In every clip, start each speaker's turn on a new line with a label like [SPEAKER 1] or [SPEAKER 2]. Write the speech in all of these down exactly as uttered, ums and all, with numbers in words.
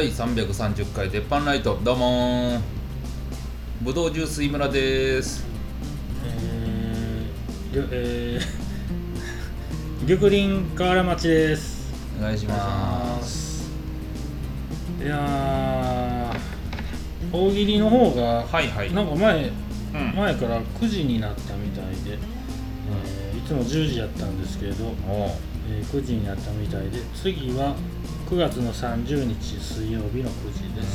[SPEAKER 1] 第さんびゃくさんじゅっかい鉄板ライト、どうもーぶどうジュース井村です。
[SPEAKER 2] えー、りょえー、玉林河原町です。
[SPEAKER 1] お願いします。
[SPEAKER 2] いやー、大喜利の方が、
[SPEAKER 1] はいはい、
[SPEAKER 2] なんか前、
[SPEAKER 1] うん、
[SPEAKER 2] 前からくじになったみたいで、えー、いつもじゅうじやったんですけれど、えー、くじになったみたいで、次はくがつのさんじゅうにち水曜日のくじです。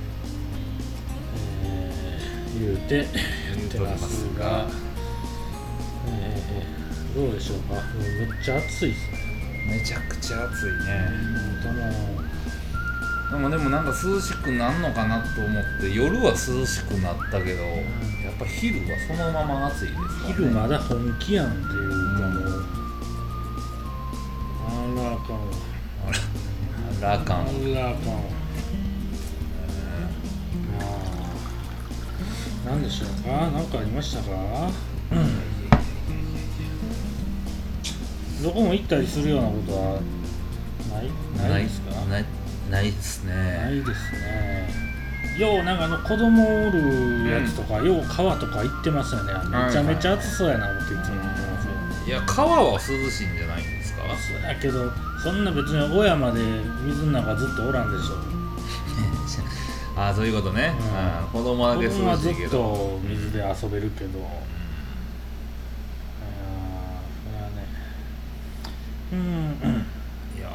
[SPEAKER 2] えー、言うてやってますが、えー、どうでしょうか。もうめっちゃ暑いですね。
[SPEAKER 1] めちゃくちゃ暑いね。
[SPEAKER 2] うん、
[SPEAKER 1] でもでもなんか涼しくなるのかなと思って夜は涼しくなったけど、うん、やっぱ昼はそのまま暑いですからね。
[SPEAKER 2] 昼まだ本気やんっていうか、もう、うん、あらあかんわ。
[SPEAKER 1] あらあかんわ。
[SPEAKER 2] あらあかんわ。何でしょうか。何かありましたか。うん、どこも行ったりするようなことはないないですか。
[SPEAKER 1] ないないですね。
[SPEAKER 2] ないですね。ようなんかあの子供おるやつとか、うん、よう川とか行ってますよね。めちゃめちゃ暑そうやな思っていつも思ってますよ。
[SPEAKER 1] いや川は涼しいんじゃないんですか。
[SPEAKER 2] そうやけどそんな別に小山で水の中ずっとおらんでしょ。
[SPEAKER 1] ああそういうことね、うん、子供だけ涼しいけど子供はずっ
[SPEAKER 2] と水で遊べるけど、うん、あそれはね、うん、うん、い
[SPEAKER 1] やいや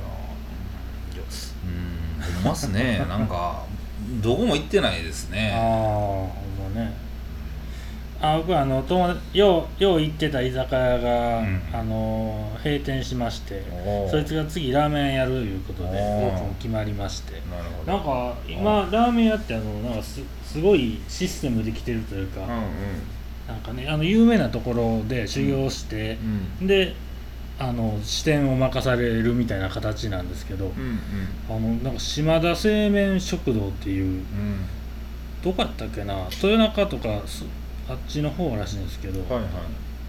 [SPEAKER 1] うんほんまっすねなんかどこも行ってないですね。
[SPEAKER 2] ああほんまね。あ僕はあの友達ようよう行ってた居酒屋が、うん、あの閉店しまして、そいつが次ラーメンやるいうことでオープン決まりまして、なるほど。なんか今ラーメン屋ってあのなんか す, すごいシステムできてるというか、うんうん、なんかねあの有名なところで修行して、うん、であの支店を任されるみたいな形なんですけど、うんうん、あのなんか島田製麺食堂っていう、うん、どこやったっけな、豊中とかあっちの方らしいんですけど、はいはい、あの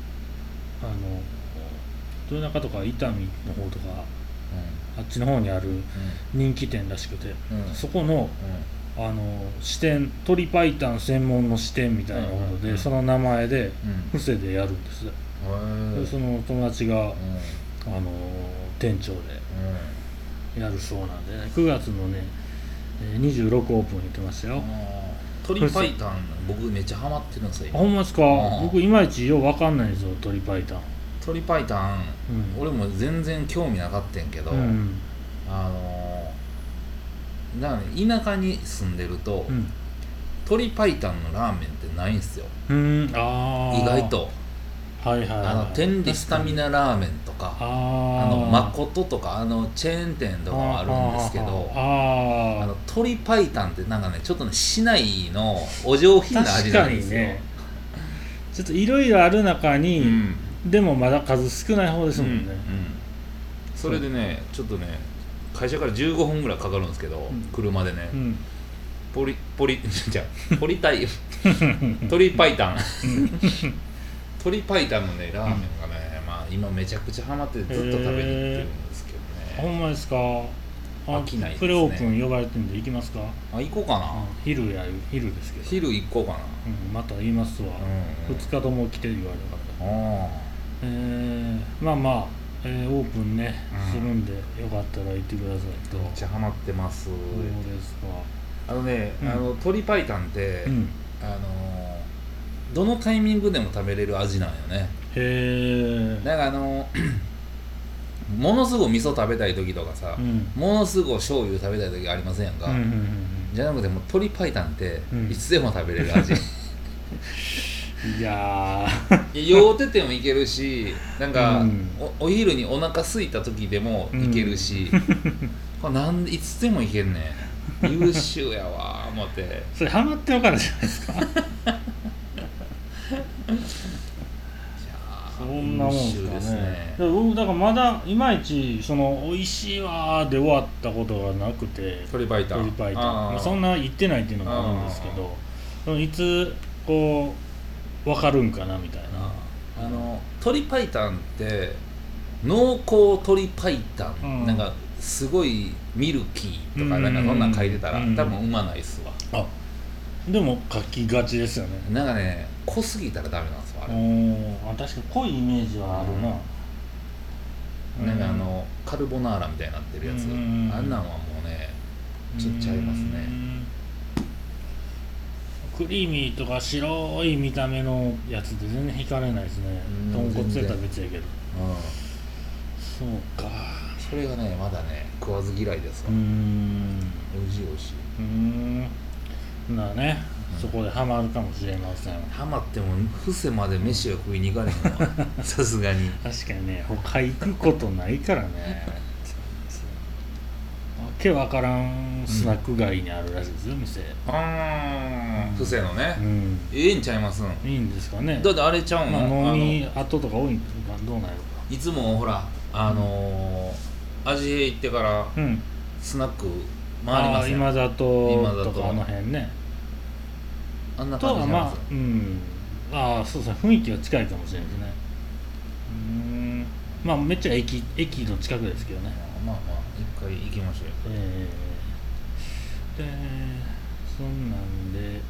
[SPEAKER 2] 豊中とか伊丹の方とか、うん、あっちの方にある人気店らしくて、うん、そこの、うん、あの支店鶏白湯専門の支店みたいなことで、うん、その名前で伏せでやるんです、うん、でその友達が、うん、あの店長でやるそうなんで、ね、くがつのねにじゅうろくオープン言ってましたよ。
[SPEAKER 1] 鶏白湯僕めっちゃハマってるんですよ。
[SPEAKER 2] ほんまですか。僕いまいちよう分かんないんですよ鶏白湯。
[SPEAKER 1] 鶏白湯、うん、俺も全然興味なかったんけど、うん、あのだからね田舎に住んでると、うん、鶏白湯のラーメンってないんすよ。うん、あ意外と。はいはいはい、あの天理スタミナラーメンとかあの誠とかあのチェーン店とかはあるんですけど、ああの鶏白湯ってなんかねちょっとね市内のお上品な味なんですよ。ね、
[SPEAKER 2] ちょっといろいろある中に、うん、でもまだ数少ない方ですもんね、うんうん、
[SPEAKER 1] それでねちょっとね会社からじゅうごふんぐらいかかるんですけど、うん、車でね、うん、ポリポリじゃポリタイ鶏白湯鶏白湯のねラーメンがね、うん、まあ今めちゃくちゃハマってずっと食べに行ってるんですけどね。
[SPEAKER 2] ほんまですか。
[SPEAKER 1] 飽きないですね。
[SPEAKER 2] プレオープン呼ばれてるんで行きますか。
[SPEAKER 1] あ行こうかな。
[SPEAKER 2] 昼や昼ですけど。
[SPEAKER 1] 昼行こうかな。
[SPEAKER 2] うん、また言いますわ。うんうん、ふつかとも来て言われたから。あえー、まあまあ、えー、オープンね、うん、するんでよかったら行ってくださいと。
[SPEAKER 1] めっちゃハマってます。そう
[SPEAKER 2] ですか。
[SPEAKER 1] あのね、うん、あの鶏白湯って、うん、あのどのタイミングでも食べれる味なんよね。へえ。だからあのものすごい味噌食べたい時とかさ、うん、ものすごい醤油食べたい時ありませんやんか、うんうんうん、じゃなくても鶏白湯っていつでも食べれる味、うん、いやー酔うててもいけるしなんか、うん、お, お昼にお腹空いた時でもいけるし、うん、これなんでいつでもいけんねん優秀やわ思って
[SPEAKER 2] それハマってるからじゃないですかそんなもんですかね。僕だからまだいまいちその美味しいわーで終わったことがなくて、
[SPEAKER 1] 鶏白湯
[SPEAKER 2] 鶏白湯まあ、そんな言ってないっていうのもあるんですけど、そのいつこう分かるんかなみたいな。
[SPEAKER 1] あの鶏白湯って濃厚鶏白湯、うん、なんかすごいミルキーとかなんかそんなん書いてたら、うん、多分産まないっすわ。
[SPEAKER 2] あでも書きがちですよね。
[SPEAKER 1] なんかね濃すぎたらダメなんですよあれ。
[SPEAKER 2] おあ確かに濃いイメージはあるな、
[SPEAKER 1] うん、なんかあのカルボナーラみたいになってるやつ、うん、あんなんはもうねちっちゃいますね。
[SPEAKER 2] クリーミーとか白い見た目のやつで全然惹かれないですね。豚骨やったら別やけど、うん、そうか。
[SPEAKER 1] それがねまだね食わず嫌いですわ。うん、おいしいおいしい。
[SPEAKER 2] うんなね、うん、そこでハマるかもしれません。
[SPEAKER 1] ハマっても伏せまで飯は食いに行かれへんわさすがに。
[SPEAKER 2] 確かにね他行くことないからねわけわからんスナック街にあるらしいですよ、うん、店。
[SPEAKER 1] ああ、伏せのね、うん、ええんちゃいますん。
[SPEAKER 2] いいんですかね。
[SPEAKER 1] だってあれちゃうの、
[SPEAKER 2] まあ、飲み後とか多いんかどうなんやろか。
[SPEAKER 1] いつもほらあのー、味変行ってから、うん、スナック回りますよ。
[SPEAKER 2] 今里とかあの辺ね。
[SPEAKER 1] あんな感じじゃないですか。
[SPEAKER 2] うん、ああそうですね、雰囲気は近いかもしれないですね。うん、まあめっちゃ駅駅の近くですけどね。
[SPEAKER 1] まあまあ一回行きましょうよ。え
[SPEAKER 2] ー、でそんなんで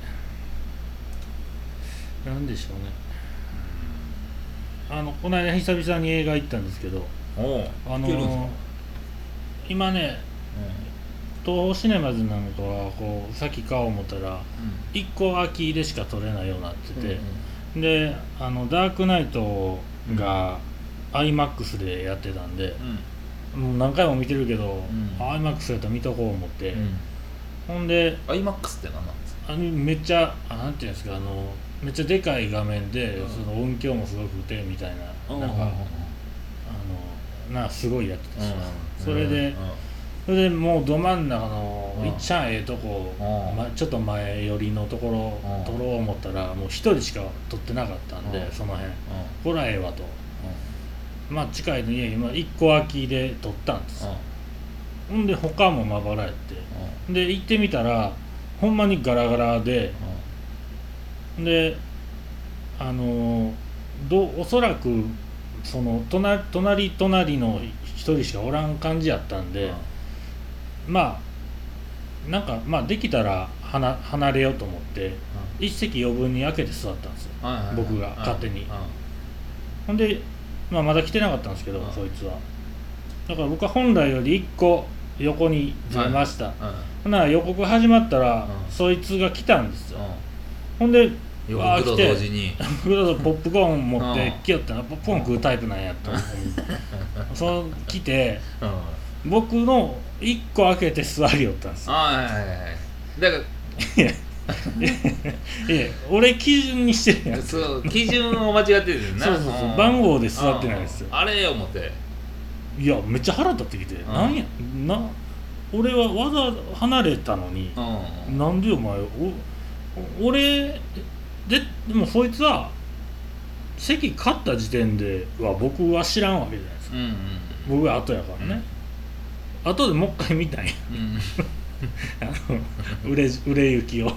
[SPEAKER 2] なんでしょうね。あのこの間久々に映画行ったんですけど、
[SPEAKER 1] お
[SPEAKER 2] あのー、今ね、うん、東宝シネマズなんかはこう先買おう思ったら、うん、いっこ空きでしか撮れないようになってて、うんうん、であのダークナイトが アイマックス でやってたんで、うん、もう何回も見てるけど、うん、アイマックス やったら見とこう思って、うん、ほんで
[SPEAKER 1] アイマックス って何なんですか。
[SPEAKER 2] あのめっちゃあなんていうんですか、あのめっちゃでかい画面で、うん、その音響もすごくてみたいな、うん、なんか、うん、あのなんかすごいやってたし、うん、それで、うん、それでもうど真ん中のいっちゃんええとこ、うんま、ちょっと前寄りのところ、うん、撮ろう思ったらもう一人しか撮ってなかったんで、うん、その辺、うん、こらええわと、うん、まあ近いの家今いっこ空きで撮ったんですよ、ほ、うんで他もまばらやって、うん、で行ってみたらほんまにガラガラで、うん、であのどおそらくその隣隣隣の一人しかおらん感じやったんで、うん、まあなんかまあできたら離離れようと思って、うん、一席余分に開けて座ったんですよ、はいはいはい、僕が勝手に、はいはい、ほんで、まあ、まだ来てなかったんですけど、はい、そいつはだから僕は本来よりいっこ横にずれました、はいはい、ほんなら予告始まったら、うん、そいつが来たんですよ、うん、ほんで
[SPEAKER 1] わあ来て同時に
[SPEAKER 2] ポップコーン持って来よったらポップコーン食うタイプなんやと思ってそう来て、うん、僕のいっこ開けて座りよったんですよ。
[SPEAKER 1] はいはいはいだから
[SPEAKER 2] いやいや俺基準にしてるやん。
[SPEAKER 1] そう基準を間違ってるよな。
[SPEAKER 2] そうそうそう番号で座ってないですよ。
[SPEAKER 1] あれ思って
[SPEAKER 2] いやめっちゃ腹立ってきて、なんやな俺はわざわざ離れたのに、なんでお前お俺で, でもそいつは席勝った時点では僕は知らんわけじゃないですか、うんうん、僕は後やからね、うん、後でもう一回見たんや、うん、あの売れ売れ行きを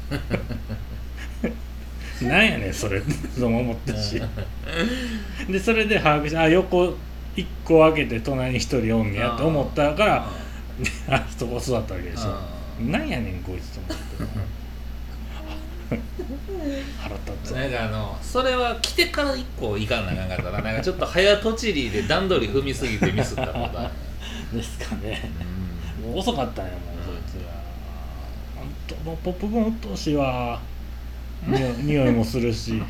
[SPEAKER 2] なんやねんそれとも思ったしでそれで把握してあ横いっこ開けて隣にひとりおんねやと思ったからあそこ座ったわけでしょ。なんやねんこいつと思って腹立つ。
[SPEAKER 1] なんかあのそれは来てからいっこいかなあかんかったらなんかちょっと早とちりで段取り踏みすぎてミスったことだ
[SPEAKER 2] ですかね、うん、もう遅かったんやもんそいつが。本当もうポップコーンうっとうしいわ匂いもするしうん、うん、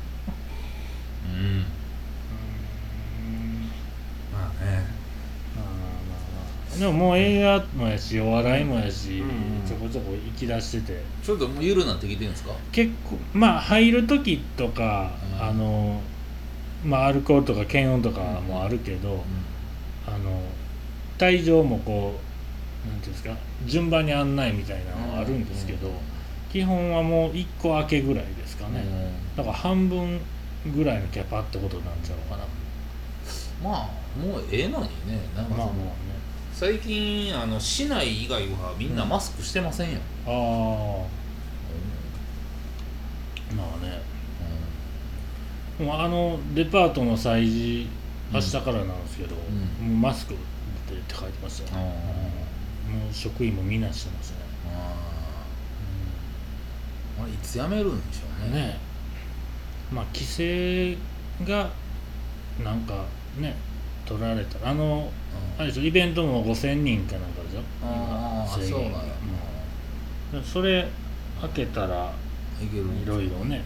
[SPEAKER 1] まあね
[SPEAKER 2] でももう映画もやしお笑いもやし、うん、ちょこちょこ行き出してて
[SPEAKER 1] ちょっともう緩なってきてるんですか。
[SPEAKER 2] 結構まあ入る時とか、うん、あのまあアルコールとか検温とかもあるけど、うん、あの退場もこうなんていうんですか順番に案内みたいなのはあるんですけど、うん、基本はもういっこ開けぐらいですかね、うん、だから半分ぐらいのキャパってことになっちゃうのかな。
[SPEAKER 1] まあもうええのにねなんかその、まあまあね最近あの市内以外はみんなマスクしてませんよ、うん、ああ、うん、
[SPEAKER 2] まあね、うん、もうあのデパートの催事明日からなんですけど、うん、もうマスクってって書いてましたよ、うん、もう職員もみんなしてますね。あ、
[SPEAKER 1] うん、あれいつ辞めるんでしょうね。ね、
[SPEAKER 2] まあ規制がなんかね取られたらあの、うん、あれですよ、イベントもごせんにんかなんかでしょ。ああ、そうなんや、うん、それ開けたらいけるいろいろね。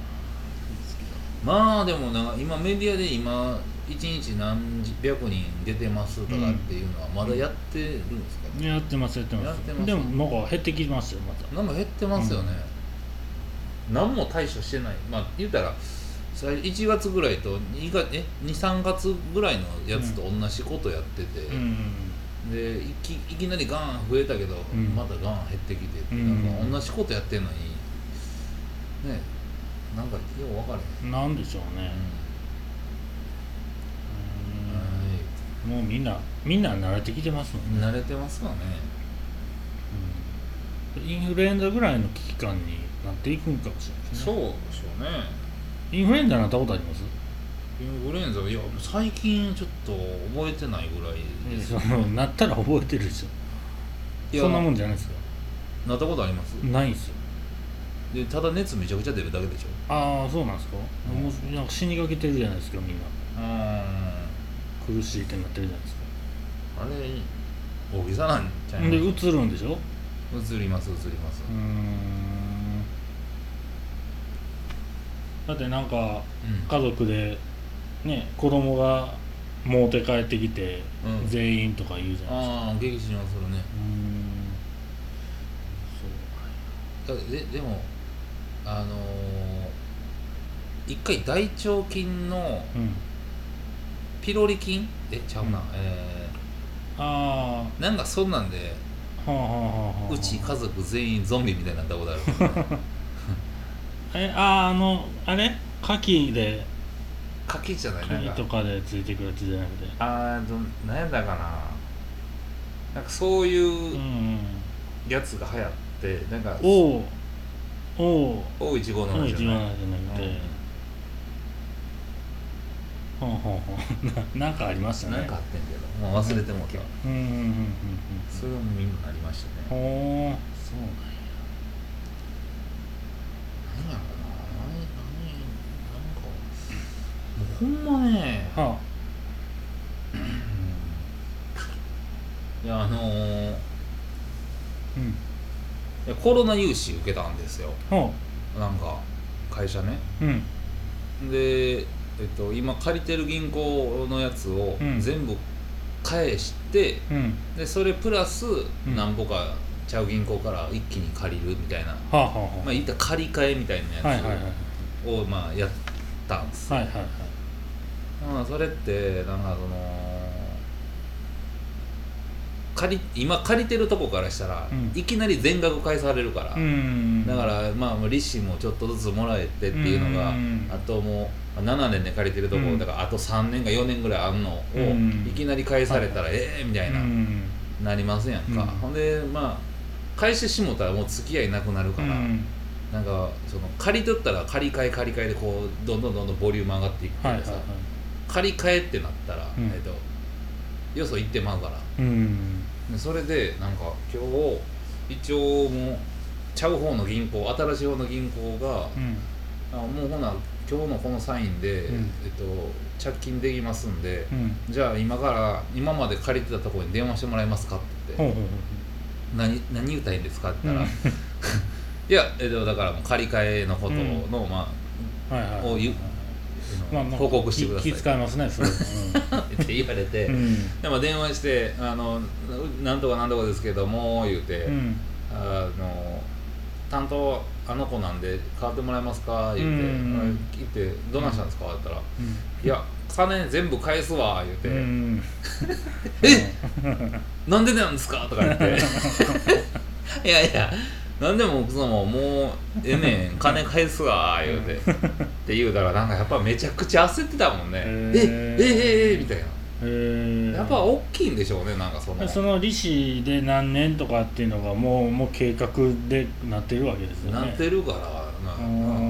[SPEAKER 1] まあでもなんか今メディアで今いちにち何百人出てますとかっていうのはまだやってるんですかね。
[SPEAKER 2] うん、やってますやってます。やってます。でもなんか減ってきますよまた。
[SPEAKER 1] なんか減ってますよね、うん、何も対処してない。まあ言うたらいちがつぐらいとにがえにさんがつぐらいのやつと同じことやってて、うん、で い, きいきなりガーン増えたけど、うん、またガーン減ってきてって、うん、なんか同じことやってんのにね、なんかよう分かれへん。
[SPEAKER 2] なんでしょうね、うん、うん、もうみんなみんな慣れてきてますもん
[SPEAKER 1] ね。慣れてますわね、
[SPEAKER 2] うん、インフルエンザぐらいの危機感になっていくんかもしれないですね。
[SPEAKER 1] そうでしょうね。
[SPEAKER 2] インフルエンザなったことあります？
[SPEAKER 1] インフルエンザ、いや最近ちょっと覚えてないぐらいです、
[SPEAKER 2] ね、そのなったら覚えてるでしょ。そんなもんじゃないですか。
[SPEAKER 1] なったことあります？
[SPEAKER 2] ないんすよ。
[SPEAKER 1] でただ熱めちゃくちゃ出るだけでしょ。
[SPEAKER 2] ああ、そうなんですか、うん、もうなんか死にかけてるじゃないですかみんな。うん、苦しいってなってるじゃないですか。
[SPEAKER 1] あれ大げさなんちゃいます？
[SPEAKER 2] でうつるんでしょ。
[SPEAKER 1] うつりますうつります。うーん、
[SPEAKER 2] だってなんか家族でね、子供がもうて帰ってきて、うん、全員とか言うじゃないですか。
[SPEAKER 1] ああ、激震はするね。うーん、そうででもあのー、一回大腸菌のピロリ菌、うん、えちゃうな、うん、えー、ああ、なんかそんなんで、はあはあはあ、うち家族全員ゾンビみたいになったことある、ね、
[SPEAKER 2] えああのあれ牡蠣で
[SPEAKER 1] 牡蠣じゃない、
[SPEAKER 2] 牡蠣とかでついてくるやつじゃなくて、
[SPEAKER 1] ああ、何やったかな、なんかそういうやつが流行って、なんかおうおうおういちごの話じゃない、じゃなくて、
[SPEAKER 2] ほんほんほんなんかありましたね。
[SPEAKER 1] なんかあってんけどもう忘れてもうた。うんうんうんうんうん、それもみんなありましたね。ほー、そうなんや。何やろな、何何なんかもうほんまね、はあ、いやあのー、うん、いやコロナ融資受けたんですよ、はあ、なんか会社ね、うん、でえっと、今借りてる銀行のやつを全部返して、うん、でそれプラス何ぼかちゃう銀行から一気に借りるみたいな、うん、まあ言ったら借り換えみたいなやつをまあやったんですよ。はいはいはい、まあそれってなんかその借り今借りてるとこからしたら、うん、いきなり全額返されるから、うん、だからまあ利子もちょっとずつもらえてっていうのが、うん、あともうななねんで借りてるとこ、うん、だからあとさんねんかよねんぐらいあんのを、うん、いきなり返されたら、うん、ええー、みたいな、うん、なりますやんか、うん、ほんでまあ返してしもたらもう付き合いなくなるから、うん、なんかその借りとったら借り換え借り換えでこうどんどんどんどんボリューム上がっていくけどさ、はいはいはい、借り換えってなったら、うん、えっとよそ行ってまうから、うん、でそれでなんか今日一応もうちゃう方の銀行新しい方の銀行が、うん、あもうほな今日のこのサインで、うん、えっと、着金できますんで、うん、じゃあ今から今まで借りてたところに電話してもらえますかって言って、うん、何, 何言うたらいいんですかって言ったら、うん、いや、えっと、だからもう借り換えのことの、うん、まあ、はいはい、を言うまあまあ、報告してください。気使いますねそれ、うん、って言われて、うん、でも電話してあのなんとかなんとかですけども言うて、うん、あの担当あの子なんで代わってもらえますか言うて、うん、聞いてどないしたんですかって言ったら、うん、いや金全部返すわ言うて、うん、えなんでなんですかとか言っていやいやなんでもそのもうええねん金返すわ言うてって言うたらなんかやっぱめちゃくちゃ焦ってたもんね。えええええみたいな。へやっぱ大きいんでしょうね。なんかその
[SPEAKER 2] その利子で何年とかっていうのがもうもう計画でなってるわけですよね。
[SPEAKER 1] なってるからな。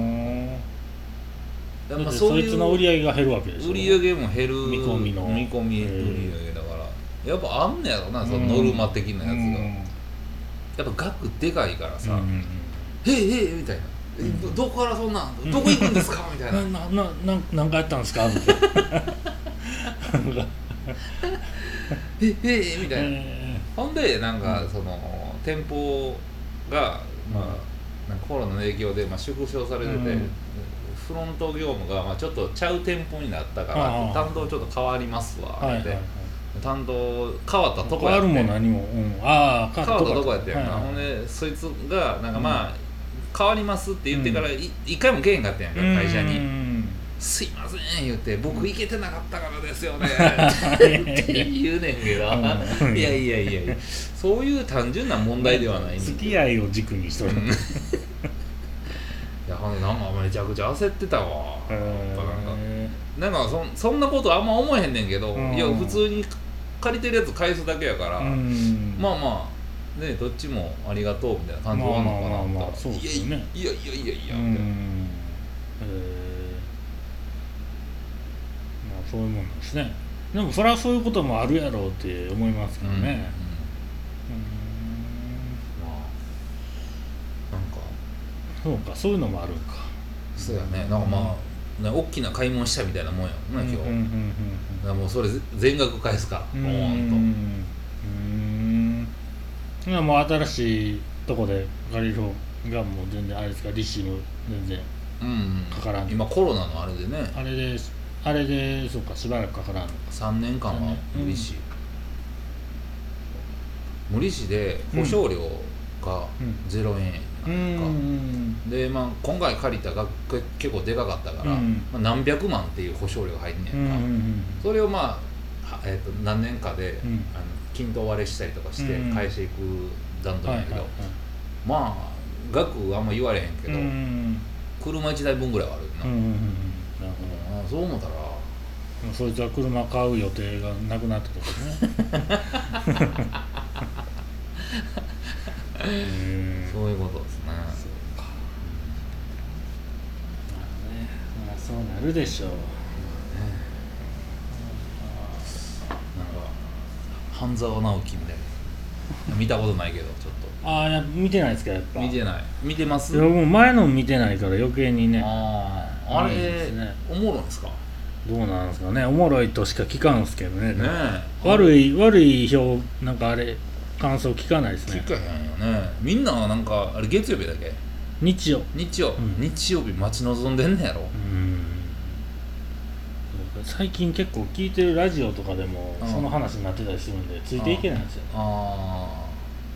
[SPEAKER 2] だからそいつの売り上げが減るわけでしょ。
[SPEAKER 1] 売り上げも減る
[SPEAKER 2] 見込みの
[SPEAKER 1] 見込み売り上げだから。 やっぱあんねやろな、そのノルマ的なやつが、うん、やっぱ額でかいからさ「うんうんうん、へいへい」みたいな「うん、ど, どこからそんなんどこ行くんですか?」みたいな
[SPEAKER 2] ななななんかやったんですかみたいな
[SPEAKER 1] 「へいへい」みたいな、えー、ほんでなんかその店舗がまあ、うん、なんかコロナの影響でまあ縮小されてて、うん、フロント業務がまあちょっとちゃう店舗になったから担当ちょっと変わりますわって、はいはいはい、担当変わったとこやって
[SPEAKER 2] 変わるも何も、うん、あ
[SPEAKER 1] 変わったとこやってんな、はいはい、ほんでそいつがなんかまあ、うん、変わりますって言ってから一、うん、回もけえへんかったんやんか会社に、うん、すいません言って僕行けてなかったからですよねって言うねんけど、うん、いやいやいやそういう単純な問題ではないん
[SPEAKER 2] だ、付き合いを軸にしとるい
[SPEAKER 1] やなんかめちゃくちゃ焦ってたわ、なんか そ, そんなことあんま思えへんねんけど、いや普通に借りてるやつ返すだけやから、まあまあねどっちもありがとうみたいな感じはあるのかな、まあまあまあそうですよね、いやいやいやいやいやみたいな、ま
[SPEAKER 2] あそういうもんなんですね。でもそれはそういうこともあるやろうって思いますけどね、うんうん、うんそうか、そういうのもあるんか。
[SPEAKER 1] そうやね、なんかまあ、ね、大きな買い物したみたいなもんやもんな、今日。うんうんうんうん、だからもうそれ全額返すから、ボーンと。うん。
[SPEAKER 2] 今もう新しいとこで借りる方がもう全然あれですか、利子も全然かからん、
[SPEAKER 1] うんうん。今コロナのあれでね。
[SPEAKER 2] あれで、あれで、そうか、しばらくかからんのか。
[SPEAKER 1] さんねんかんは無利子。うん、無利子で保証料がゼロえん。うん、で、まあ、今回借りた額結構でかかったから、うんまあ、何百万っていう保証料が入んねんか、うん、それをまあ、えー、と何年かで、うん、あの均等割れしたりとかして返していく段取りやけど、うんはいはいはい、まあ額あんま言われへんけど、うん、車いちだいぶんぐらいはあるな、うんうんうん、なるほど、あそう思ったら
[SPEAKER 2] そいつは車買う予定がなくなったとかね
[SPEAKER 1] そういうことですね。そうか。
[SPEAKER 2] まあね、まあそうなるでしょう。ね、
[SPEAKER 1] なんか半沢直樹みたいな。見たことないけどちょっ
[SPEAKER 2] と。ああいや見てないですかやっぱ。
[SPEAKER 1] 見てない。見てます？
[SPEAKER 2] いやもう前の見てないから余計にね。
[SPEAKER 1] あああれ、ね、おもろいんですか？
[SPEAKER 2] どうなんですかね。おもろいとしか聞かんすけどね。ね悪い悪い評なんかあれ。感想聞かないですね。
[SPEAKER 1] 聞かへんよね。みんななんかあれ月曜日だけ？
[SPEAKER 2] 日曜。
[SPEAKER 1] 日曜、うん、日曜日待ち望んでんねやろ。うん
[SPEAKER 2] 最近結構聞いてるラジオとかでもその話になってたりするんでついていけないんですよね。あ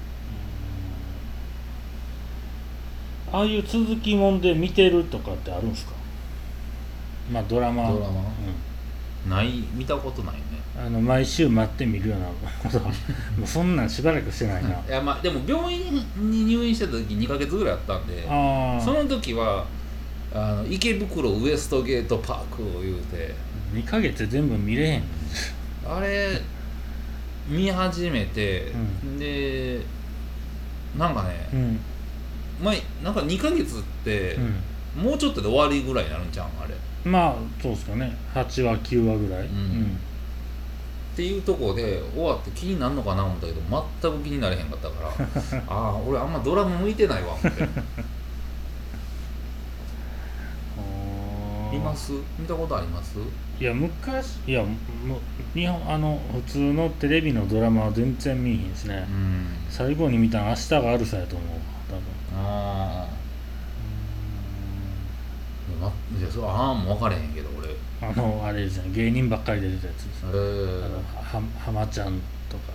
[SPEAKER 2] ああいう続きもんで見てるとかってあるんですか？まあドラマ。
[SPEAKER 1] ドラマ、うん、ない見たことないね。
[SPEAKER 2] あの毎週待って見るようなことはもうそんなんしばらくしてないな。い
[SPEAKER 1] やまあでも病院に入院してた時にかげつぐらいあったんで、あその時はあの池袋ウエストゲートパークを言うて
[SPEAKER 2] にかげつ全部見れへん。
[SPEAKER 1] あれ見始めて、うん、でなんかね、うん、まあなんかにかげつって、うん、もうちょっとで終わりぐらいになるんちゃうんあれ。
[SPEAKER 2] まあそうですかねはちわきゅうわぐらい、うんうん
[SPEAKER 1] っていうところで終わって気になるのかな思ったけど全く気になれへんかったからああ俺あんまドラマ向いてないわ思っています見たことあります？
[SPEAKER 2] いや昔いやも日本あの普通のテレビのドラマは全然見えへんですね、うん、最後に見たの明日があるさやと思う多分。ああうんまいやそれああもう分かれへんけど俺あのあれですね芸人ばっかりで出たやつです、ね、あのは浜ちゃんとか、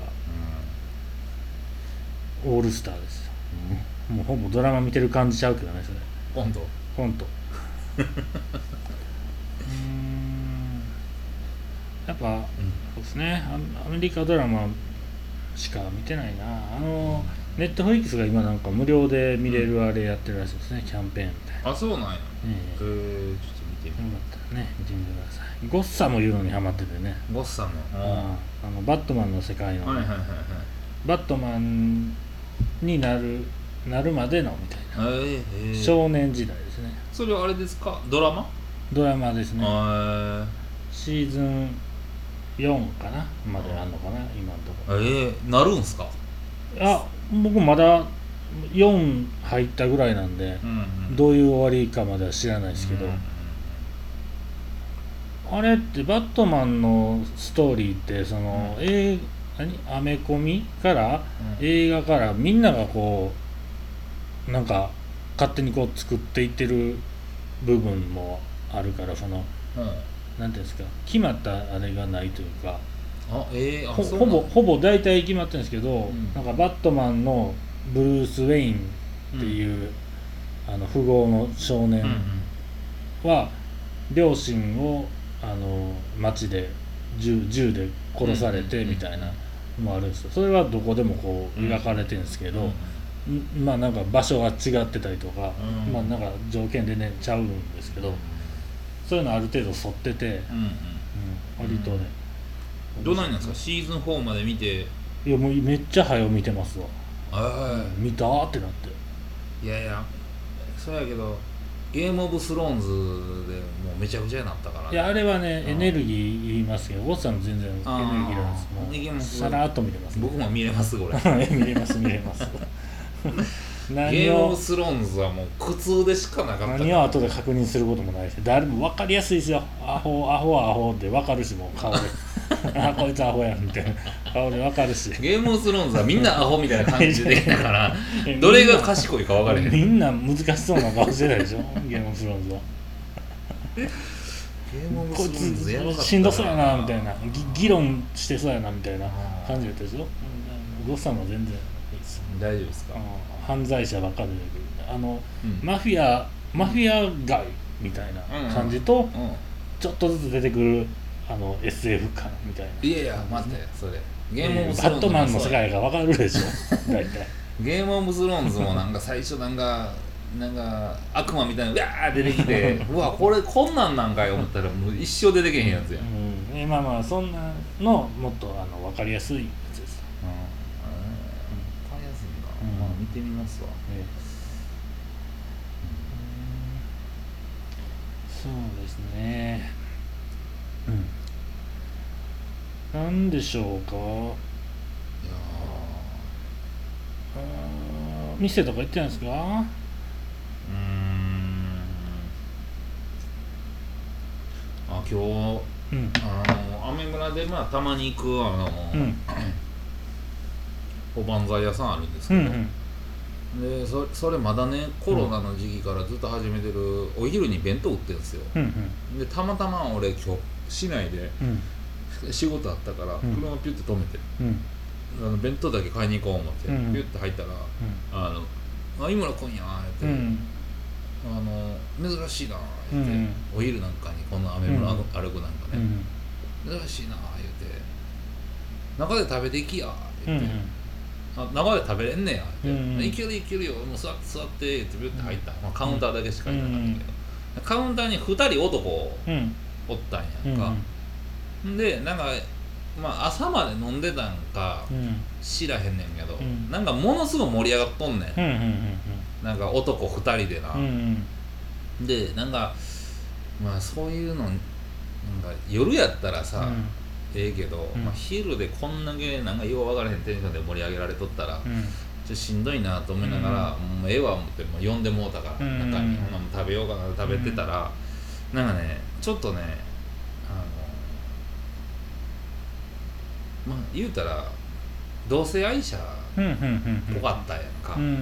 [SPEAKER 2] うん、オールスターですよ、うん、もうほぼドラマ見てる感じちゃうけどねそれ
[SPEAKER 1] コント
[SPEAKER 2] コントうーんやっぱ、うん、そうですねアメリカドラマしか見てないなあの、うん、ネットフリックスが今なんか無料で見れるあれやってるらしいですね、うん、キャンペーンみたいな。
[SPEAKER 1] あそうなんや、えー、へえちょっと見てみよう
[SPEAKER 2] ね、見てみてください。ゴッサムいうのにハマっててね。
[SPEAKER 1] ゴッサム、
[SPEAKER 2] ああのバットマンの世界の、はいはいはいはい、バットマンになるなるまでのみたいな、えー、少年時代ですね。
[SPEAKER 1] それはあれですかドラマ？
[SPEAKER 2] ドラマですね。シーズンよんかなまであんのかな今のとこ
[SPEAKER 1] ろ。えー、なるんすか？
[SPEAKER 2] あ、僕まだよん入ったぐらいなんで、うんうん、どういう終わりかまでは知らないですけど、うんうん、あれってバットマンのストーリーってその、うん、え何アメコミから、うん、映画からみんながこうなんか勝手にこう作っていってる部分もあるからその、うん、なんていうんですか決まったあれがないというか、
[SPEAKER 1] あ、えー、あ
[SPEAKER 2] ほ, ほぼほぼ大体決まってるんですけど、うん、なんかバットマンのブルース・ウェインっていう、うん、あの富豪の少年は、うんうん、両親をあの街で 銃, 銃で殺されてみたいなのもあるんですよ。それはどこでもこう描かれてるんですけど、うんうん、まあなんか場所が違ってたりとか、うん、まあなんか条件でねちゃうんですけど、そういうのある程度沿ってて、うんうんうん、割とね、
[SPEAKER 1] どないなんですか？シーズンフォーまで見て。
[SPEAKER 2] いやもうめっちゃ早う見てますわ。
[SPEAKER 1] あ、
[SPEAKER 2] うん、見たーってなって。
[SPEAKER 1] いやいやそうやけどゲームオブスローンズでもうめちゃくちゃになったからね。
[SPEAKER 2] いやあれはねエネルギー言いますけどゴッサム全然エネルギーなんですもうさらっと見れます、ね、
[SPEAKER 1] 僕も見れますこれ
[SPEAKER 2] 見れます見れます
[SPEAKER 1] ゲームオブスローンズはもう苦痛でしかなかったから
[SPEAKER 2] 何を後で確認することもないし誰も分かりやすいですよ。アホアホはアホって分かるしもう顔であこいつアホやんみたいな顔で分かるし
[SPEAKER 1] ゲームオブスローンズはみんなアホみたいな感じでだからどれが賢いか分からへん。
[SPEAKER 2] みんな難しそうな顔してないでしょゲームオブスローンズは
[SPEAKER 1] ゲームオブスローンズやばかったな。
[SPEAKER 2] しんどそうやなみたいな議論してそうやなみたいな感じだったでしょ。ゴッサムは全然いいです。
[SPEAKER 1] 大丈夫ですか？
[SPEAKER 2] 犯罪者ばっかり出てくるあの、うん、マフィアマフィア街みたいな感じと、うんうん、ちょっとずつ出てくるあの エスエフ 感みたいな。
[SPEAKER 1] いやいや待ってそれ
[SPEAKER 2] ゲームオブスローンズバットマンの世界が分かるでしょ大体
[SPEAKER 1] ゲームオブスローンズもなんか最初なんかなんか悪魔みたいなうわー出てきてうわこれこんなんなんかよ思ったらもう一生出てけへんやつやん、
[SPEAKER 2] うん、まあまあそんなのもっとあの分かりやすいやつです。うん、うん、
[SPEAKER 1] 分かりやすいんか、うん、まあ見てみますわ、え
[SPEAKER 2] え、そうですね。うんなんでしょうか。いやあ店とか行ってないんですか？うーん
[SPEAKER 1] あ今日、うん、あのアメ村でまあたまに行くあの、うん、おばんざい屋さんあるんですけど、うんうん、で そ, それまだねコロナの時期からずっと始めてるお昼に弁当売ってるんですよ、うんうん、でたまたま俺今日市内で、うん、仕事あったから車ピュッて止めて、うんあの弁当だけ買いに行こう思って、うん、ピュッて入ったら「うん、あのあ井村君や」って、うん、あの珍しいな」言って、うん、お昼なんかにこのアメ村歩くなんかね、うん、珍しいな言って「中で食べていきや」言って、うん、あ中で食べれんねや」って、うん「いけるいけるよもう座って座って」ってピュッて入った、まあ、カウンターだけしかいなかったけど、カウンターにふたり男おったんやんか、でなんかまあ朝まで飲んでたんか知らへんねんけど、うん、なんかものすごい盛り上がっとんねん、うんうんうんうん、なんか男ふたりでな、うんうん、でなんかまあそういうのなんか夜やったらさ、うん、ええけど、うんまあ、昼でこんだけなんかよう分からへんテンションで盛り上げられとったら、うん、ちょっとしんどいなと思いながら、うん、もうええわ思ってもう呼んでもうたから、うん、中に、うん、食べようかな食べてたら、うん、なんかねちょっとねまあ言うたら同性愛者っぽかったやんか、うんうんうん、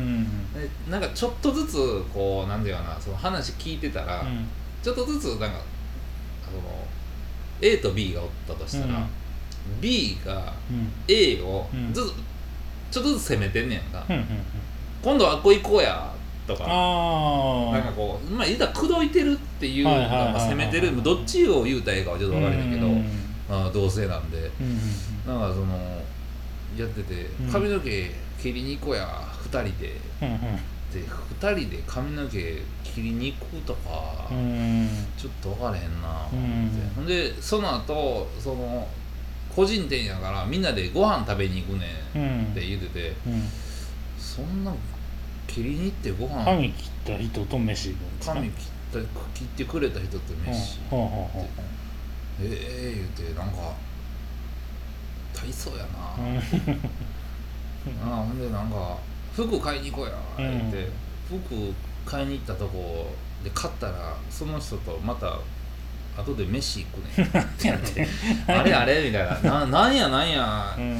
[SPEAKER 1] でなんかちょっとずつこうなんていうかなその話聞いてたら、うん、ちょっとずつなんかその A と B がおったとしたら、うん、B が A をずっとちょっとずつ攻めてんねやんか、うんうんうん、今度はあっこ行こうやとかなんかこうまあ言うたら口説いてるっていうのが攻めてるどっちを言うたらええかはちょっと分からへんけど、うんうんまあ、同性なんで、うんうんうん、なんかそのやってて髪の毛切りに行こうやふたりで、うんうん、でふたりで髪の毛切りに行くとか、うん、ちょっと分からへんなって、うん、でその後その個人店やからみんなでご飯食べに行くねんって言ってて、うんうん、そんな切りに行ってご飯
[SPEAKER 2] 髪切った人と飯
[SPEAKER 1] 髪切った切ってくれた人と飯、うん、って、ええー、言うてなんかぱいいそうやなあほんでなんか服買いに行こうやって、うん、服買いに行ったとこで買ったらその人とまた後で飯行くねってやってあれあれみたいなななんやなんや、うん、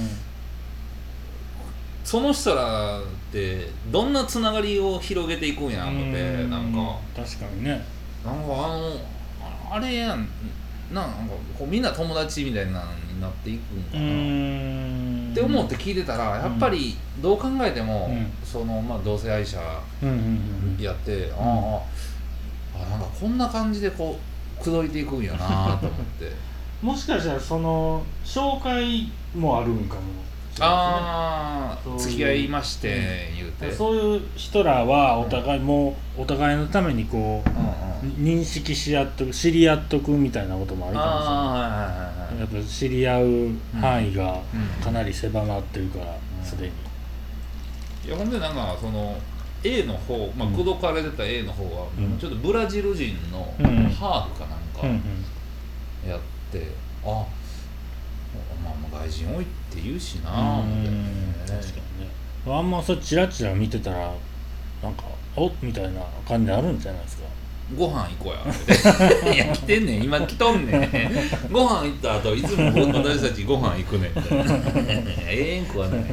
[SPEAKER 1] その人らってどんなつながりを広げていくんや思ってなんか
[SPEAKER 2] 確かにね
[SPEAKER 1] なんかあのあれやんなんかこうみんな友達みたいなのになっていくんかなって思って聞いてたらやっぱりどう考えても、うん、そのまあ同性愛者やって、うんうんうん、ああなんかこんな感じでこう口説いていくんやなと思って
[SPEAKER 2] もしかしたらその紹介もあるんかも。
[SPEAKER 1] ああ付き合いまして、うん、言うて
[SPEAKER 2] そういう人らはお互い、うん、もうお互いのためにこう、うんうん、認識し合っとく知り合っとくみたいなこともあるかもしれない、はいはいはい、やっぱ知り合う範囲がかなり狭まってるからすで、うん
[SPEAKER 1] うん、いやほんでなんかその A の方、まあ、口説かれてた A の方は、うん、ちょっとブラジル人のハーフかなんかやって、うんうん、あまあ、まあ外人多いって言うしなぁ、ね、
[SPEAKER 2] 確かにねあんまそれチラチラ見てたらなんかおみたいな感じあるんじゃないですか。
[SPEAKER 1] ご飯行こうやいや来てんねん今来とんねんご飯行った後いつも私たちご飯行くねんええん食わない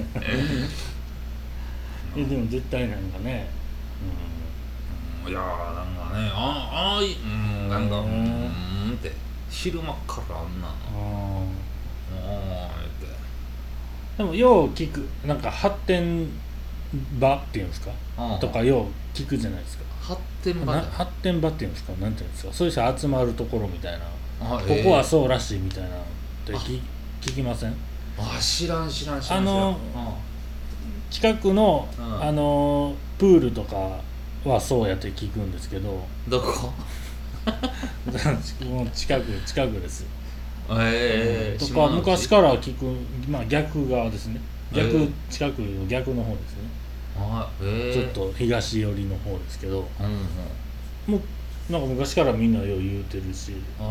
[SPEAKER 2] えでも絶対なんかね、
[SPEAKER 1] うん、いやーなんかねああいうんなんかうんって昼間からあんなあ
[SPEAKER 2] でもよう聞くなんか発展場っていうんですかとかよう聞くじゃないですか。
[SPEAKER 1] 発展場
[SPEAKER 2] 発展場っていうんですかなんていうんですかそういう人集まるところみたいなここはそうらしいみたいなって聞きません？
[SPEAKER 1] あ知らん知らん知らん
[SPEAKER 2] あの近くのあのプールとかはそうやって聞くんですけど
[SPEAKER 1] どこ
[SPEAKER 2] もう近く近くですよ。
[SPEAKER 1] え
[SPEAKER 2] ー、とか昔から聞く、まあ、逆側ですね逆、えー、近くの逆の方ですねあ、えー、ちょっと東寄りの方ですけど、うんうん、もうなんか昔からみんなよう言うてるし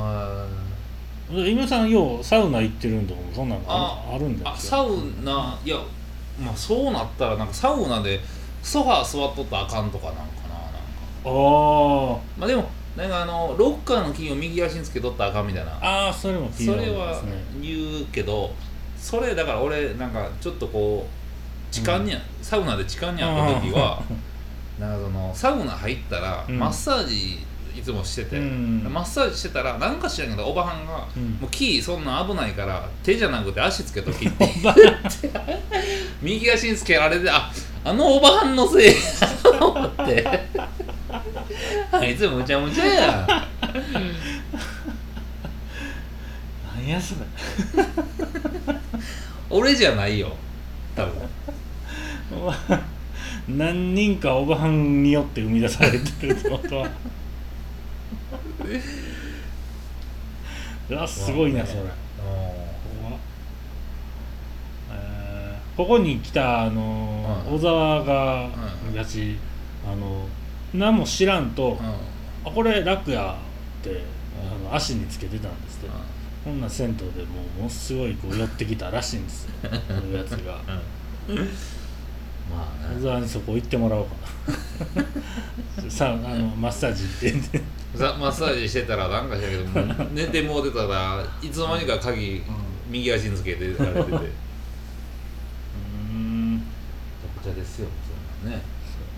[SPEAKER 2] 今さんようサウナ行ってるんとかもそんなの あ, あるんだよ。
[SPEAKER 1] あサウナいやまあそうなったらなんかサウナでソファー座っとったらあかんとかなんかななんかあまあでもなんかあのロッカーのキーを右足につけとったらあかんみたいな
[SPEAKER 2] ああそれも聞いたこと
[SPEAKER 1] ですね。それは言うけどそれだから俺なんかちょっとこう痴漢に、うん、サウナで痴漢にあった時はなんかそのサウナ入ったらマッサージいつもしてて、うん、マッサージしてたらなんか知らんけどおばはんが、うん、もうキーそんな危ないから手じゃなくて足つけときって右足につけられてああのおばはんのせいと思ってあいつむちゃむちゃや
[SPEAKER 2] 何やそれ
[SPEAKER 1] 俺じゃないよ多分
[SPEAKER 2] 何人かおばはんによって生み出されてるってことはうわすごいなそれ、えー、ここに来たあの、うん、小沢が昔、うん、あの何も知らんと、うん、あこれ楽やって、うん、あの足につけてたんですけど、うん、こんな銭湯でもうものすごいこう寄ってきたらしいんですよそういうやつが、うんまあね、小沢にそこ行ってもらおうかなさああのマッサージ行って
[SPEAKER 1] マッサージしてたらなんかしたけども寝てもうてたらいつの間にか鍵、うん、右足につけてられててうんめちゃくちゃですよそんなね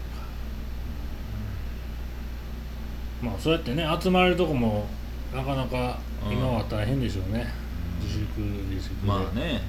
[SPEAKER 2] まあそうやってね集まれるとこもなかなか今は大変でしょうね、うん、自粛自粛で
[SPEAKER 1] まあね、うんうん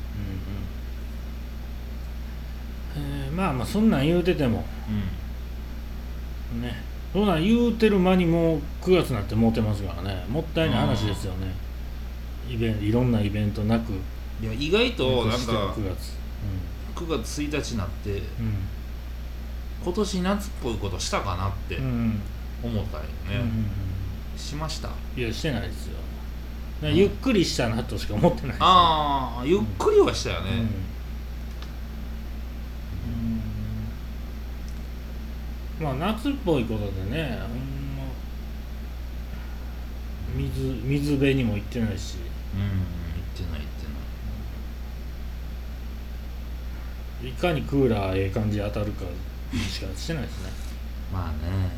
[SPEAKER 2] えー、まあまあそんなん言うてても、うん、ねそんなん言うてる間にもうくがつになってもうてますからねもったいない話ですよねイベンいろんなイベントなく
[SPEAKER 1] いや意外となんかくがつ、うん、くがつついたちになって、うん、今年夏っぽいことしたかなって思ったよね、うんうんうん、しました
[SPEAKER 2] いやしてないですよ、うん、ゆっくりしたなとしか思ってないです、ね、
[SPEAKER 1] ああゆっくりはしたよね、うん
[SPEAKER 2] まあ夏っぽいことでね、ほんま水水辺にも行ってないし、
[SPEAKER 1] うん行ってない行ってない。
[SPEAKER 2] いかにクーラーええ感じで当たるかしかしてないですね。
[SPEAKER 1] まあね、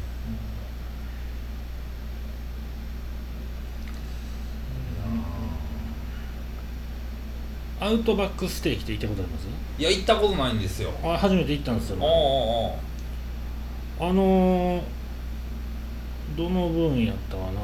[SPEAKER 2] アウトバックステーキって行ったことあります？
[SPEAKER 1] いや行ったことないんですよ。
[SPEAKER 2] あ、初めて行ったんですよ。
[SPEAKER 1] おお
[SPEAKER 2] おあのー、どの分やったかな、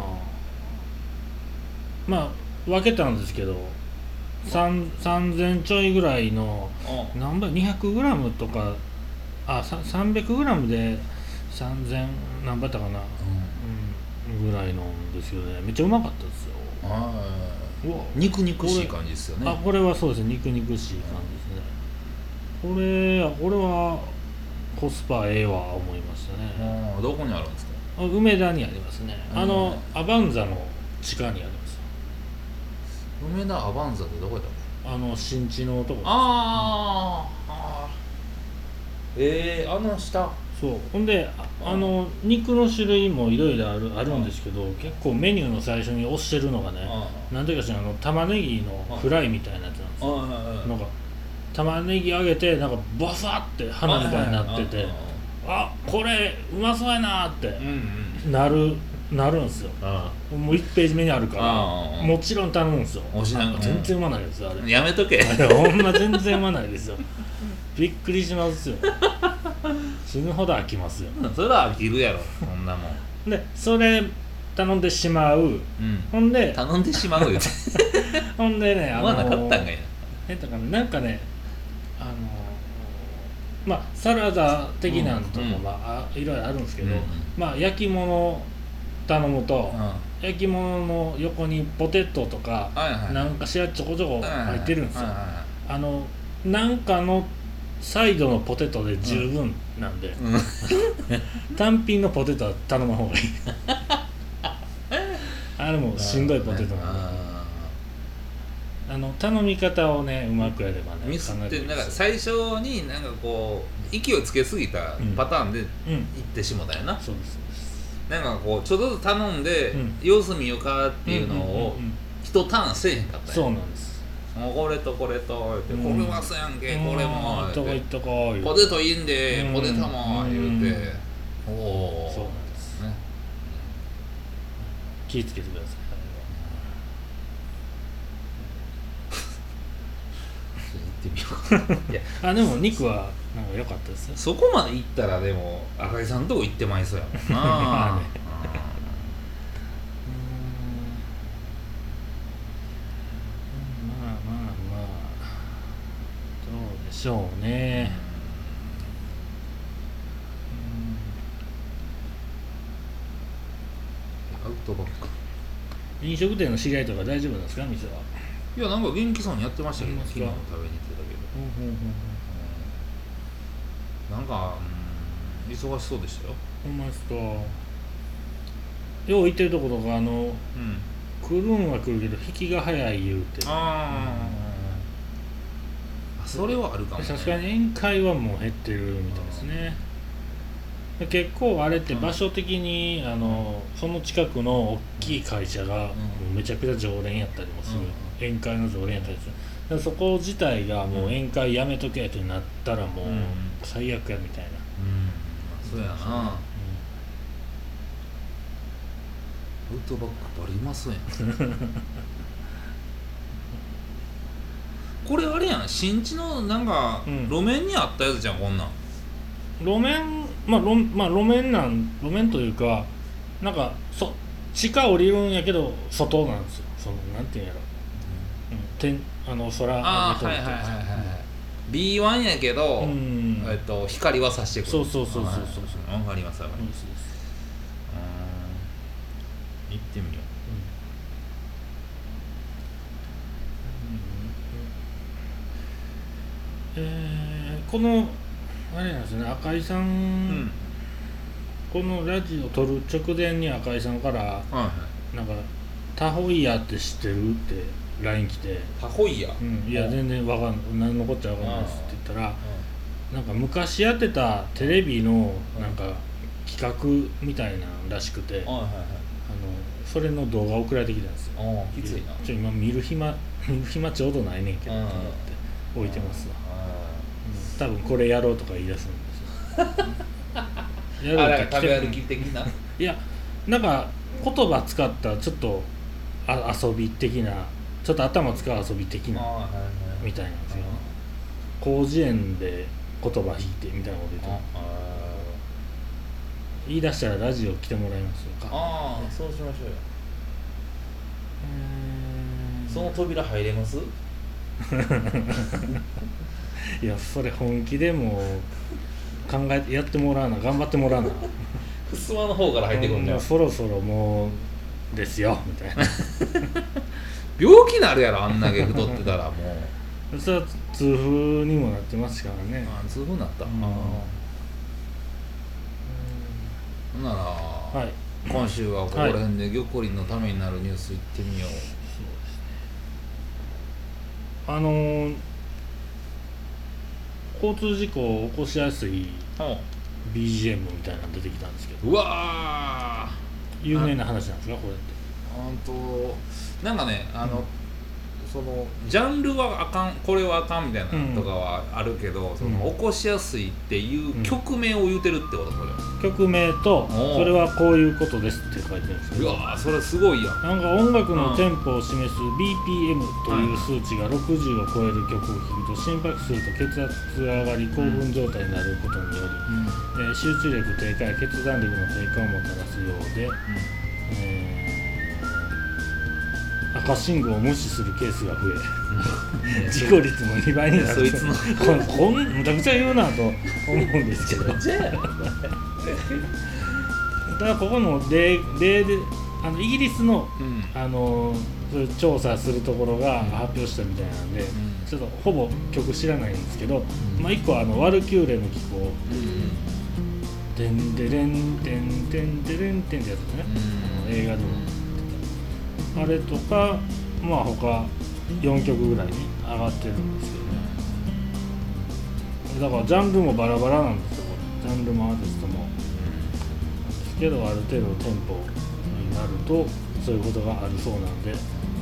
[SPEAKER 2] まあ分けたんですけどさんぜんちょいぐらいの何倍 にひゃくグラム とか、あさんびゃくグラム でさんぜん何倍やったかな、うんうん、ぐらいのんですよね。めっちゃうまかったですよ。
[SPEAKER 1] あ肉肉しい感じですよね。
[SPEAKER 2] あ、これはそうですね、肉肉しい感じですね。これこれはコスパええわ思いましたね。
[SPEAKER 1] あ、どこにあるんですか？
[SPEAKER 2] 梅田にありますね。あのアバンザの地下にあります。
[SPEAKER 1] 梅田アバンザってどこやったっ
[SPEAKER 2] け？あの新地のとこです。
[SPEAKER 1] あー、あーえー、あの下。
[SPEAKER 2] そうほんで あ, あの肉の種類もいろいろあるあるんですけど、結構メニューの最初に押してるのがね、なんていうかしら、あの玉ねぎのフライみたいなやつなんですよ。なんか玉ねぎ揚げてなんかバサって花みたいになってて、あ、これうまそうやなってなるなるんですよ。もういちページ目にあるからもちろん頼むんですよ。全然うまないですよ、あれ。
[SPEAKER 1] やめとけ。
[SPEAKER 2] ほんま全然うまないですよ。びっくりしますよ。死ぬほど飽きますよ。
[SPEAKER 1] それは飽きるやろ、そんなもん。
[SPEAKER 2] でそれ頼んでしまう、うん、ほんで
[SPEAKER 1] 頼んでしまうよ。
[SPEAKER 2] ほんでね、
[SPEAKER 1] あのー、なかったんかいな。
[SPEAKER 2] えっとかなんかね、あのー、まあサラダ的なんとか、うん、まあいろいろあるんですけど、うん、まあ焼き物頼むと、うん、焼き物の横にポテトとか、はいはい、なんかしらちょこちょこ入ってるんですよ。はいはいはい、あのなんかのサイドのポテトで十分なんで、うん、単品のポテトは頼む方がいい。あれもしんどいポテトなんで、あの頼み方をねうまくやればね、
[SPEAKER 1] ミスってなんか最初になんかこう勢いつけすぎたパターンでいってしもたよな、うんうん、そうですそうです。なんかこうちょっとずつ頼んで、うん、様子見ようかっていうのを一ターンせえへんかったよ。
[SPEAKER 2] そうなんです。
[SPEAKER 1] もうこれとこれとって、うん、これはそうやんけ、これも
[SPEAKER 2] とこいっとこ
[SPEAKER 1] ポテトいいんで、うん、ポテトも言うて、
[SPEAKER 2] うん、おお、そうなんですね。気をつけてください。行ってみようか。いや、あ、でも肉はなんか良かったですよ。
[SPEAKER 1] そこまで行ったらでも赤井さんのとこ行ってまいそうやもんな。まあね。
[SPEAKER 2] でしょうね。
[SPEAKER 1] アウトバック。
[SPEAKER 2] 飲食店の知り合いとか大丈夫なんですか、店は？
[SPEAKER 1] いや、なんか元気そうにやってましたけど、昨日食べに行ってたけど。うんうんうんうん、なんか、うん、忙しそうでしたよ。
[SPEAKER 2] ほんまですか。よう行ってるとことか、あの、うん、来るんは来るけど引きが早い言うて。あ
[SPEAKER 1] あ、それはあるかもね。
[SPEAKER 2] さすがに宴会はもう減ってるみたいですね。結構あれって場所的に、うん、あのその近くの大きい会社がもうめちゃくちゃ常連やったりもする、うん、宴会の常連やったりする。そこ自体がもう宴会やめとけってなったらもう最悪やみたいな、
[SPEAKER 1] うんうん、そうやな、うん、アウトバックバリうまそうやん。これあれやん、新地のなんか、うん、路面にあったやつじゃん、こんなん。
[SPEAKER 2] 路面、まあ、路まあ路面なん路面というか、なんかそ地下降りるんやけど外なんですよ。そのなんていうんやろ、うん、天あの空
[SPEAKER 1] ああ、はいはいはいはい、うん、ビーワン やけど、うん、えっと光はさしてくる。
[SPEAKER 2] そうそうそうそうそうそう。
[SPEAKER 1] わかりますわかります。うん、行ってみよ
[SPEAKER 2] う。うんうん、えー、このあれなんですね、赤井さん、うん、このラジオ撮る直前に赤井さんから、はいはい、なんかタホイヤって知ってるって ライン 来て、
[SPEAKER 1] タホイヤ、
[SPEAKER 2] うん、いや全然わかんない、何のこっちゃわかんないですって言ったら、なんか昔やってたテレビのなんか企画みたいならしくて、はいはいはい、あのそれの動画送られてきたんですよ。
[SPEAKER 1] きついな。
[SPEAKER 2] ちょ今見る暇見る暇ちょうどないねんけどと思って置いてますわ。 多分これやろうとか言い出すんですよ。
[SPEAKER 1] やるか食べ歩き的な。
[SPEAKER 2] いやなんか言葉使ったちょっとあ遊び的なちょっと頭使う遊び的なみたいなんですよ。広辞苑で言葉引いてみたいなこと言って言い出したらラジオ来てもらいますよか。
[SPEAKER 1] ああそうしましょうよ。その扉入れます？
[SPEAKER 2] いやそれ本気でも考えてやってもらわな頑張ってもらわな。
[SPEAKER 1] ふすまの方から入ってくるんだよ。
[SPEAKER 2] そろそろもうですよみたいな。
[SPEAKER 1] 病気なるやろあんだけ太ってたらも
[SPEAKER 2] う。それは痛風にもなってますからね。
[SPEAKER 1] あ痛風になった。うん、あほんなら、はい、今週はここら辺で玉林のためになるニュースいってみよう。
[SPEAKER 2] あのー、交通事故を起こしやすい ビージーエム みたいなの出てきたんですけど、
[SPEAKER 1] うわ
[SPEAKER 2] ー有名な話なんですかこれって。
[SPEAKER 1] 本当なんかねあの、うん、そのジャンルはあかんこれはあかんみたいなのとかはあるけど、うん、その起こしやすいっていう曲名を言うてるってことそれ、
[SPEAKER 2] うん、曲名とそれはこういうことですって書いてるんですけど、
[SPEAKER 1] うわーそれすごいやん。
[SPEAKER 2] なんか音楽のテンポを示す ビーピーエム という数値がろくじゅうを超える曲を聴くと心拍数と血圧が上がり興奮状態になることにより、うんえー、集中力低下や決断力の低下をもたらすようで、うんえー赤信号を無視するケースが増え事故率もにばいになる。そいつのこんむちゃくちゃ言うなと思うんですけどだからここの例例であのイギリスの、うん、あのそういう調査するところが発表したみたいなんで、うん、ちょっとほぼ曲知らないんですけど、うんまあ、いっこあのワルキューレの機構、うんでんでれんてんてんてれんてんってやつですね、うん、あの映画でもあれとかまあ他よんきょくぐらいに上がってるんですけど、ね、だからジャンルもバラバラなんですよこれ。ジャンルもアーティストもですけどある程度テンポになるとそういうことがあるそうなんで、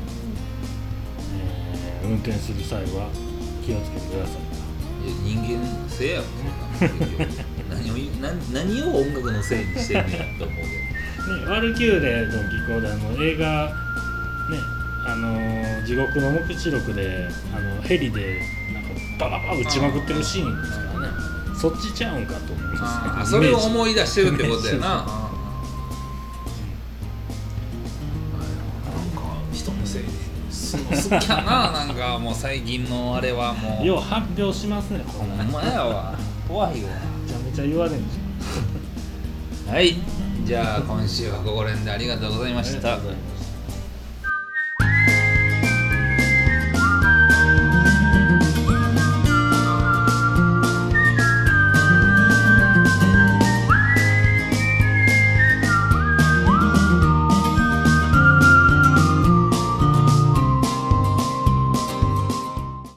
[SPEAKER 2] えー、運転する際は気をつけてください。
[SPEAKER 1] いや人間性やろそんな何を何, 何を音楽のせいにしてんねやと思うけど、
[SPEAKER 2] ね、ワルキューレの機構であの映画ねあのー、地獄の黙示録であのヘリでなんかバババ撃ちまくってるシーンですからね。そっちちゃうんかと思うんです
[SPEAKER 1] ああそれを思い出してるってことやな。なんか人のせいです好きやななんかもう最近のあれはもう
[SPEAKER 2] よう発表しますねこんな。
[SPEAKER 1] ほんまやわ怖いよ。
[SPEAKER 2] めちゃめちゃ言われるんですよ。
[SPEAKER 1] はいじゃあ今週はここら辺でありがとうございました。